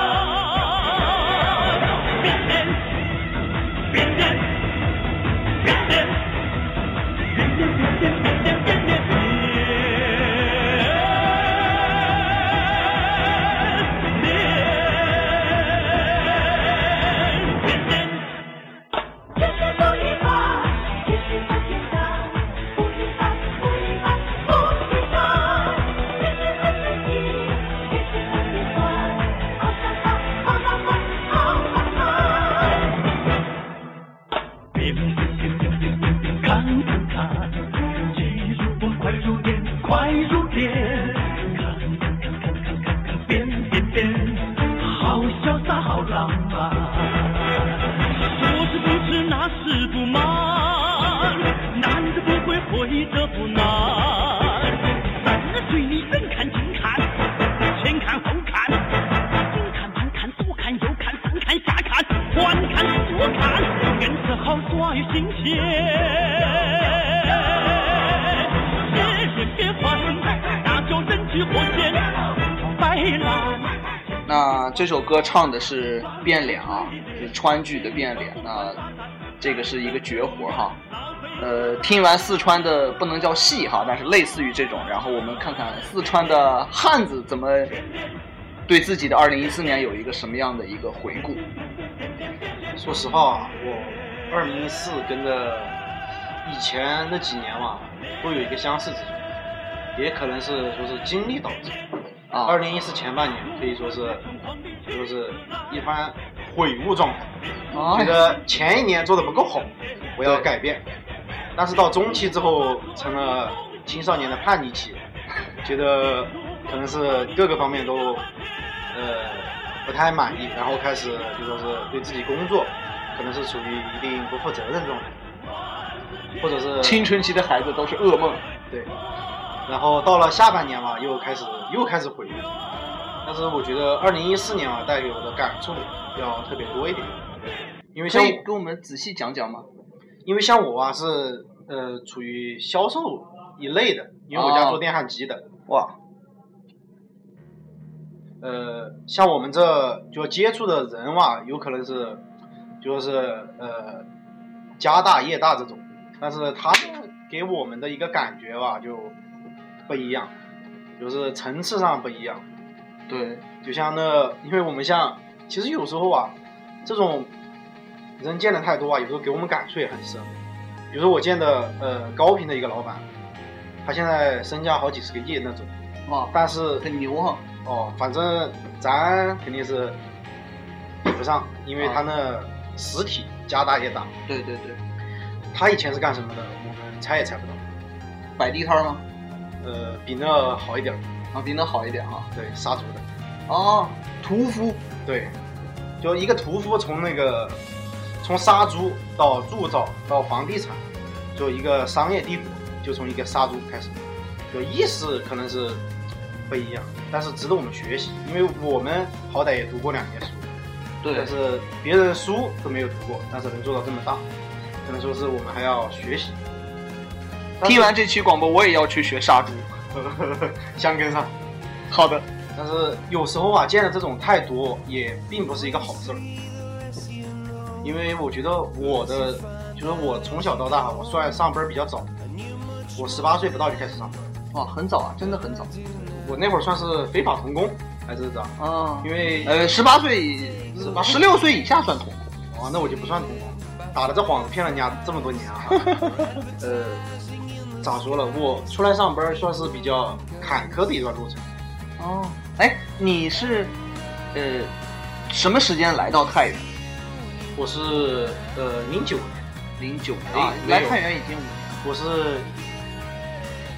Speaker 4: 那这首歌唱的是变脸啊，是川剧的变脸。那这个是一个绝活哈。听完四川的不能叫戏哈，但是类似于这种，然后我们看看四川的汉子怎么对自己的2014年有一个什么样的一个回顾。
Speaker 7: 说实话啊，我2014跟着以前那几年嘛，都有一个相似之处，也可能是说是经历导致。2014前半年可以说是一番悔悟状态，觉得前一年做的不够好，我要改变。但是到中期之后成了青少年的叛逆期，觉得可能是各个方面都不太满意，然后开始就说是对自己工作可能是处于一定不负责任状态，或者是
Speaker 4: 青春期的孩子都是噩梦。
Speaker 7: 对，然后到了下半年嘛，又开始回忆。但是我觉得2014年嘛，带给我的感触要特别多一点，因为像
Speaker 4: 可以跟我们仔细讲讲吗？
Speaker 7: 因为像我啊是处于销售一类的，因为我家做电焊机的。
Speaker 4: 哇。
Speaker 7: 像我们这就接触的人嘛，有可能是就是家大业大这种，但是他给我们的一个感觉吧就不一样，就是层次上不一样。
Speaker 4: 对，
Speaker 7: 就像因为我们其实有时候啊，这种人见的太多啊，有时候给我们感触也很深。比如说我见的高频的一个老板，他现在身价好几十个亿那种，
Speaker 4: 哇，
Speaker 7: 但是
Speaker 4: 很牛哈。
Speaker 7: 反正咱肯定是比不上，因为他那实体家大业大。
Speaker 4: 对对对。
Speaker 7: 他以前是干什么的？我们猜也猜不到。
Speaker 4: 摆地摊吗？
Speaker 7: 比那好一点。
Speaker 4: 比那好一点哈。
Speaker 7: 对，杀猪的。
Speaker 4: 屠夫。
Speaker 7: 对，就一个屠夫从杀猪到铸造到房地产，就一个商业帝国，就从一个杀猪开始，就意识可能是不一样，但是值得我们学习，因为我们好歹也读过2年书，
Speaker 4: 对，
Speaker 7: 但是别人书都没有读过，但是能做到这么大，可能说是我们还要学习。
Speaker 4: 听完这期广播，我也要去学杀猪，
Speaker 7: 相跟上。
Speaker 4: 好的。
Speaker 7: 但是有时候啊，见的这种太多，也并不是一个好事儿。因为我觉得就是我从小到大，我算上班比较早，我18岁不到就开始上班。
Speaker 4: 哇，很早啊，真的很早。
Speaker 7: 我那会儿算是非法童工，还是咋？
Speaker 4: 因
Speaker 7: 为
Speaker 4: 18岁，16岁以下算童
Speaker 7: 工。那我就不算童工，打了这幌子骗了人家这么多年啊。咋说了？我出来上班算是比较坎坷的一段路程。
Speaker 4: 你是什么时间来到太原？
Speaker 7: 我是09年
Speaker 4: 啊，来太原已经5年。
Speaker 7: 我是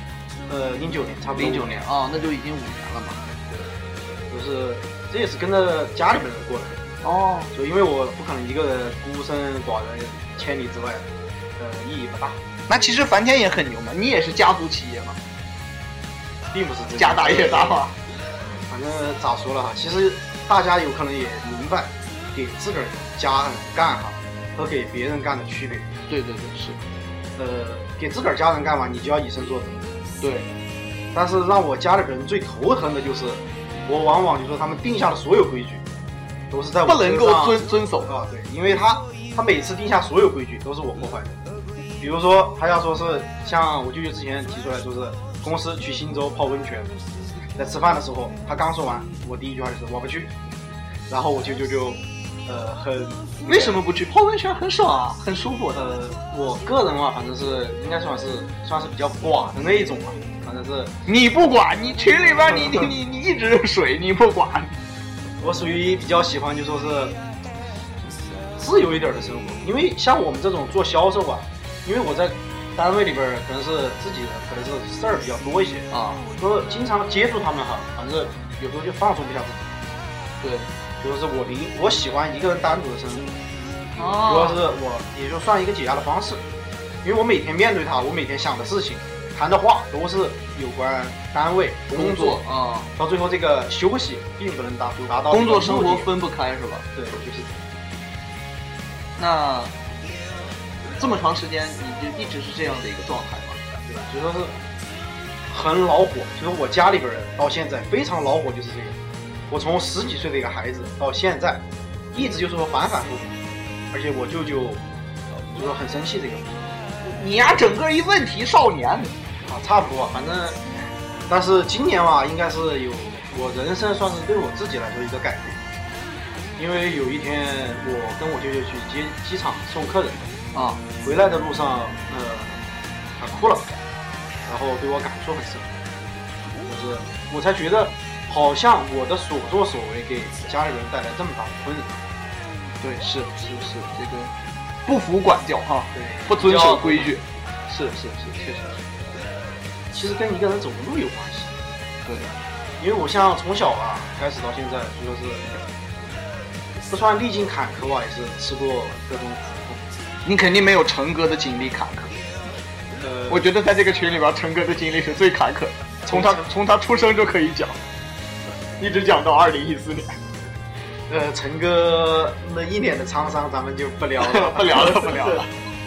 Speaker 7: 09年差不多。
Speaker 4: 09年啊，那就已经5年了嘛。
Speaker 7: 就是这也是跟着家里边人过来的。
Speaker 4: 哦，
Speaker 7: 所以因为我不可能一个人孤身寡人千里之外，意义不大。
Speaker 4: 那其实梵天也很牛嘛，你也是家族企业嘛，
Speaker 7: 并不是这
Speaker 4: 家大业大嘛。
Speaker 7: 反正咋说了哈，其实大家有可能也明白，给自个儿家人干哈和给别人干的区别。
Speaker 4: 对对对，是。
Speaker 7: 给自个儿家人干嘛，你就要以身作则。
Speaker 4: 对。
Speaker 7: 但是让我家里人最头疼的就是，我往往就说他们定下的所有规矩，都是在我
Speaker 4: 不能够遵守
Speaker 7: 啊。对，因为他每次定下所有规矩都是我破坏的。比如说他要说是像我舅舅之前提出来说是公司去新洲泡温泉，在吃饭的时候他刚说完，我第一句话就是我不去，然后我舅舅就很
Speaker 4: 为什么不去？泡温泉很爽啊，很舒服。
Speaker 7: 我个人嘛，反正是应该算是比较寡的那一种嘛，反正是
Speaker 4: 你不管，你群里边你一直水，你不管。
Speaker 7: 我属于比较喜欢就说是自由一点的生活，因为像我们这种做销售啊，因为我在单位里边可能是自己的可能是事儿比较多一些啊，说经常接触他们哈，反正有时候就放松不下自己。对，就是我喜欢一个人单独的生活，主要是我也就算一个解压的方式，因为我每天面对他，我每天想的事情、谈的话都是有关单位工作啊，到最后这个休息并不能达到
Speaker 4: 工作生活分不开是吧？
Speaker 7: 对，就是这样。
Speaker 4: 那这么长时间你就一直是这样的一个状态吗？
Speaker 7: 对，就说是很恼火，就是我家里边人到现在非常恼火，就是这个。我从10几岁的一个孩子到现在，一直就是说反反复复，而且我舅舅就说很生气这个。
Speaker 4: 你呀，整个一问题少年
Speaker 7: 啊，差不多，反正，但是今年嘛，应该是有我人生算是对我自己来说一个改变，因为有一天我跟我舅舅去机场送客人啊，回来的路上，他哭了，然后对我感触很深，就是我才觉得。好像我的所作所为给家里人带来这么大的困扰。
Speaker 4: 对，是，这个不服管教哈，
Speaker 7: 对，
Speaker 4: 不遵守规矩，是，确实是。
Speaker 7: 其实跟一个人走的路有关系。
Speaker 4: 对，
Speaker 7: 因为我像从小啊开始到现在，就说是不算历尽坎坷吧，也是吃过各种苦痛。
Speaker 4: 你肯定没有陈哥的经历坎坷。我觉得在这个群里边，陈哥的经历是最坎坷的，从他出生就可以讲。一直讲到2014年，
Speaker 7: 陈哥那1年的沧桑，咱们就不聊了，
Speaker 4: 不聊了。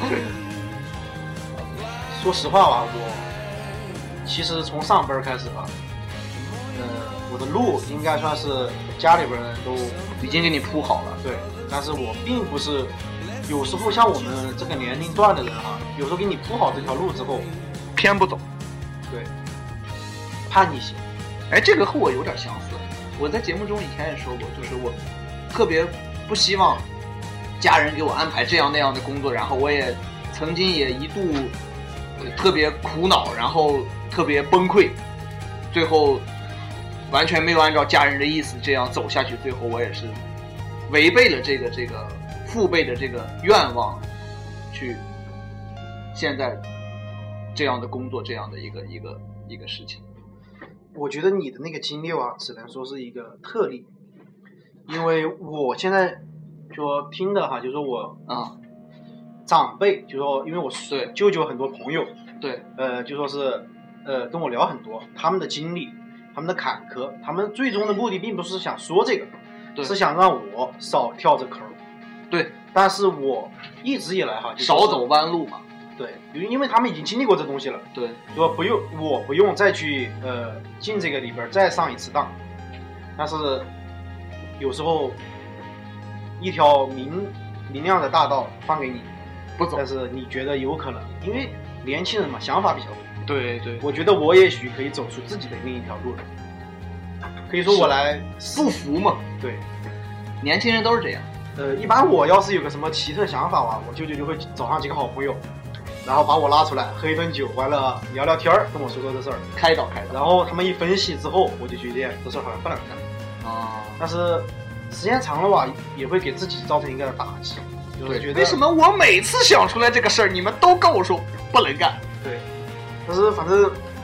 Speaker 7: 说实话吧，我其实从上班开始吧，我的路应该算是家里边人都
Speaker 4: 已经给你铺好了，
Speaker 7: 对。但是我并不是，有时候像我们这个年龄段的人哈，有时候给你铺好这条路之后，
Speaker 4: 偏不走，
Speaker 7: 对，叛逆性。
Speaker 4: 哎，这个和我有点相似。我在节目中以前也说过，就是我特别不希望家人给我安排这样那样的工作，然后我也曾经也一度特别苦恼，然后特别崩溃，最后完全没有按照家人的意思这样走下去，最后我也是违背了这个父辈的这个愿望，去现在这样的工作，这样的一个事情。
Speaker 7: 我觉得你的那个经历啊，只能说是一个特例，因为我现在说听的哈，就说我长辈就说，因为我是舅舅很多朋友，
Speaker 4: 对，
Speaker 7: 就说是跟我聊很多他们的经历，他们的坎坷，他们最终的目的并不是想说这个，是想让我少跳这坑，
Speaker 4: 对，
Speaker 7: 但是我一直以来哈，
Speaker 4: 少走弯路嘛。
Speaker 7: 对，因为他们已经经历过这东西了，
Speaker 4: 对，
Speaker 7: 说我不用再去进这个里边再上一次当，但是有时候一条明亮的大道放给你
Speaker 4: 不走，
Speaker 7: 但是你觉得有可能，因为年轻人嘛，想法比较多，
Speaker 4: 对，
Speaker 7: 我觉得我也许可以走出自己的另一条路了，可以说我来
Speaker 4: 不服嘛，
Speaker 7: 对，
Speaker 4: 年轻人都是这样，
Speaker 7: 一般我要是有个什么奇特想法吧，我舅舅就会找上几个好朋友。然后把我拉出来喝一顿酒，完了聊聊天跟我说这事儿，
Speaker 4: 开导。
Speaker 7: 然后他们一分析之后，我就觉得这事儿好像不能干啊。但是时间长了吧，也会给自己造成一个打击。就是觉得
Speaker 4: 为什么我每次想出来这个事儿，你们都跟我说不能干？
Speaker 7: 对，但是反正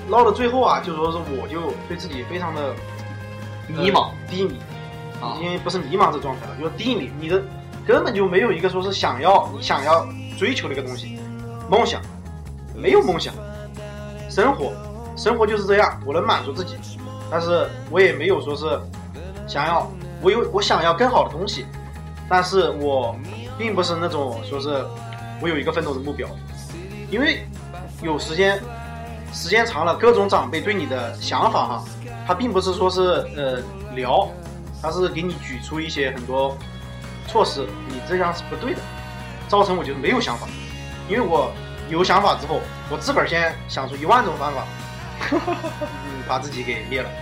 Speaker 7: 唠到最后啊，就说是我就对自己非常的
Speaker 4: 迷茫、
Speaker 7: 低迷
Speaker 4: 啊，
Speaker 7: 因为不是迷茫这状态了，就是低迷，你的根本就没有一个说是想要追求的一个东西，梦想没有梦想，生活就是这样，我能满足自己，但是我也没有说是想要我想要更好的东西，但是我并不是那种说是我有一个奋斗的目标，因为有时间长了，各种长辈对你的想法哈，他并不是说是聊，他是给你举出一些很多措施，你这样是不对的，造成我就没有想法，因为我有想法之后，我自个儿先想出10000种方法，把自己给灭了。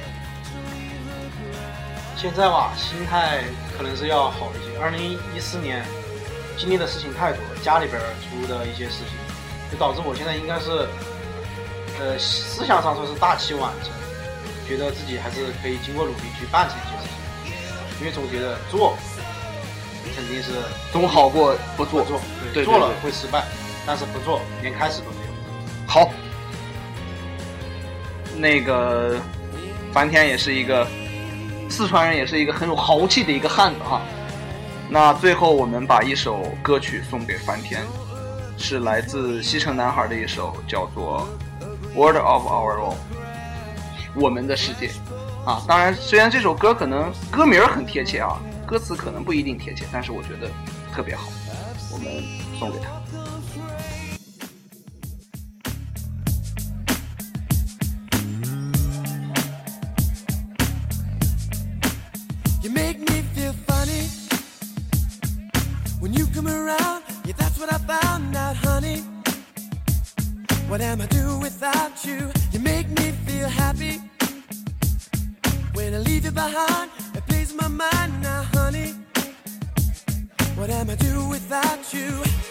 Speaker 7: 现在吧，心态可能是要好一些。2014年经历的事情太多了，家里边出的一些事情，就导致我现在应该是思想上说是大器晚成，觉得自己还是可以经过努力去办成一些事情，因为总觉得做肯定是
Speaker 4: 总好过不做，对，
Speaker 7: 做了会失败，但是不做连开始都没有。
Speaker 4: 好，那个梵天也是一个四川人，也是一个很有豪气的一个汉子哈。那最后我们把一首歌曲送给梵天，是来自西城男孩的一首叫做 World of Our Own， 我们的世界啊。当然虽然这首歌可能歌名很贴切啊，歌词可能不一定贴切，但是我觉得特别好，我们送给他。
Speaker 3: You make me feel funny when you come around. Yeah, that's what I found out, honey. What am I do without you? You make me feel happy when I leave you behind. It plays my mind now, honey. What am I do without you?